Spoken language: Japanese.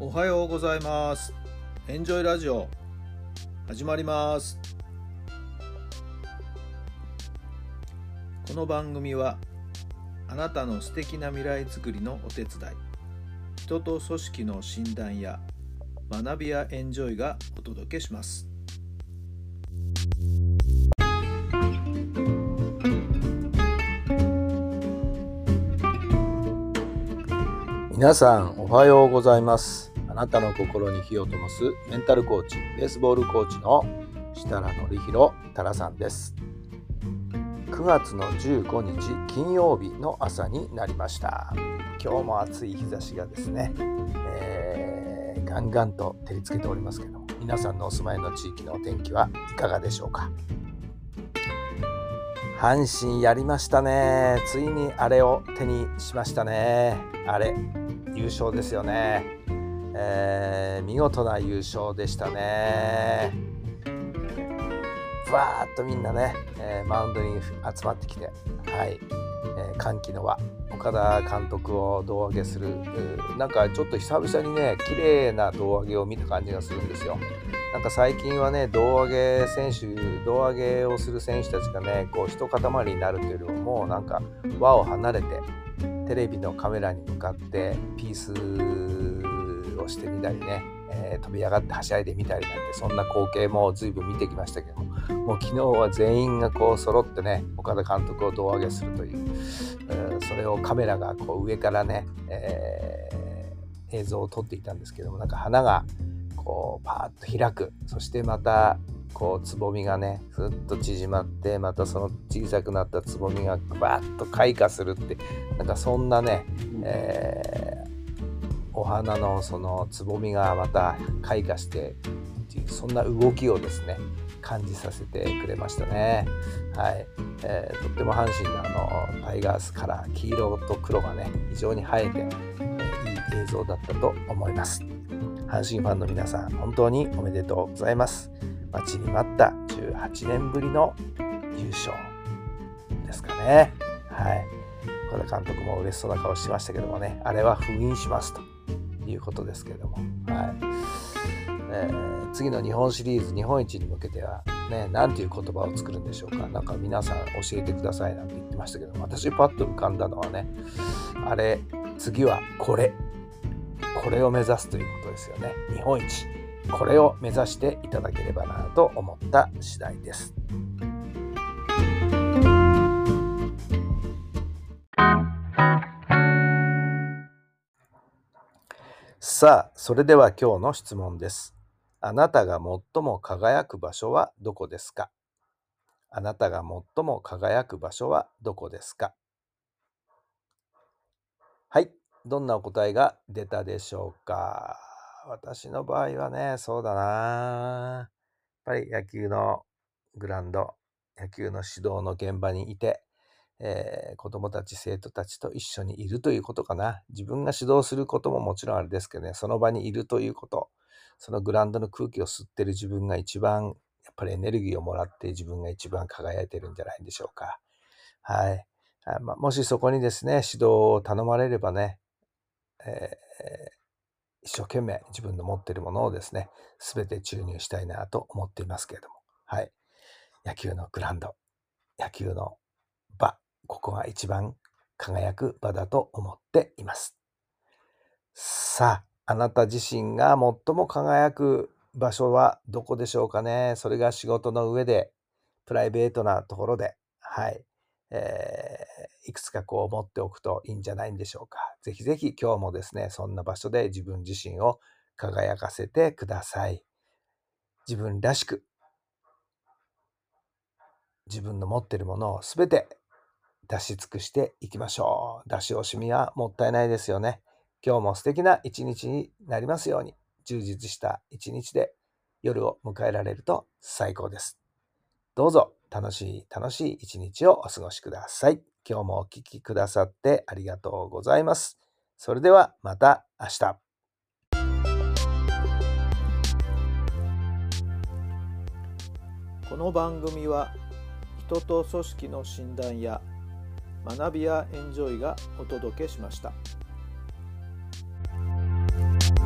おはようございます。エンジョイラジオ始まります。この番組はあなたの素敵な未来づくりのお手伝い、人と組織の診断や学びやエンジョイがお届けします。皆さんおはようございます。あなたの心に火を灯すメンタルコーチ、ベースボールコーチの設楽範弘太良さんです。9月の15日金曜日の朝になりました。今日も暑い日差しがですね、ガンガンと照りつけておりますけども、皆さんのお住まいの地域のお天気はいかがでしょうか。阪神やりましたね。ついにあれを手にしましたね。あれ優勝ですよね。見事な優勝でしたね。ふわーっとみんなね、マウンドに集まってきて、歓喜の輪、岡田監督を胴上げする、なんかちょっと久々にね、綺麗な胴上げを見た感じがするんですよ。なんか最近はね、胴上げをする選手たちがね、こう一塊になるというよりも、もうなんか輪を離れてテレビのカメラに向かってピースをしてみたりね、飛び上がってはしゃいでみたりなんて、そんな光景も随分見てきましたけども、もう昨日は全員がこう揃ってね、岡田監督を胴上げするという、それをカメラがこう上からね、映像を撮っていたんですけども、なんか花がこうパーッと開く、そしてまたこうつぼみがねふっと縮まって、またその小さくなったつぼみがバーッと開花するって、なんかそんなね、お花のそのつぼみがまた開花してっていう、そんな動きをですね感じさせてくれましたね。とっても阪神のタイガースカラー、黄色と黒がね非常に映えて、いい映像だったと思います。阪神ファンの皆さん、本当におめでとうございます。待ちに待った18年ぶりの優勝ですかね。岡田監督も嬉しそうな顔してましたけどもね、あれは封印しますということですけれども、次の日本シリーズ日本一に向けてはね、なんていう言葉を作るんでしょうか。なんか皆さん教えてくださいなんて言ってましたけども、私パッと浮かんだのはね、あれ次はこれを目指すということですよね。日本一、これを目指していただければなと思った次第です。さあ、それでは今日の質問です。あなたが最も輝く場所はどこですか？あなたが最も輝く場所はどこですか？はい、どんなお答えが出たでしょうか。私の場合はね、そうだな、やっぱり野球のグラウンド、野球の指導の現場にいて、子どもたち生徒たちと一緒にいるということかな。自分が指導することももちろんあれですけどね、その場にいるということ、そのグラウンドの空気を吸ってる自分が一番やっぱりエネルギーをもらって、自分が一番輝いてるんじゃないでしょうか。もしそこにですね指導を頼まれればね、一生懸命自分の持っているものをですね全て注入したいなと思っていますけれども、野球のグラウンド、野球の場、ここが一番輝く場だと思っています。さあ、あなた自身が最も輝く場所はどこでしょうかね。それが仕事の上で、プライベートなところで、いくつかこう持っておくといいんじゃないんでしょうか。ぜひぜひ今日もですね、そんな場所で自分自身を輝かせてください。自分らしく、自分の持っているものをすべて出し尽くしていきましょう。出し惜しみはもったいないですよね。今日も素敵な一日になりますように、充実した一日で夜を迎えられると最高です。どうぞ楽しい一日をお過ごしください。今日もお聞きくださってありがとうございます。それではまた明日。この番組は人と組織の診断や学びやエンジョイがお届けしました。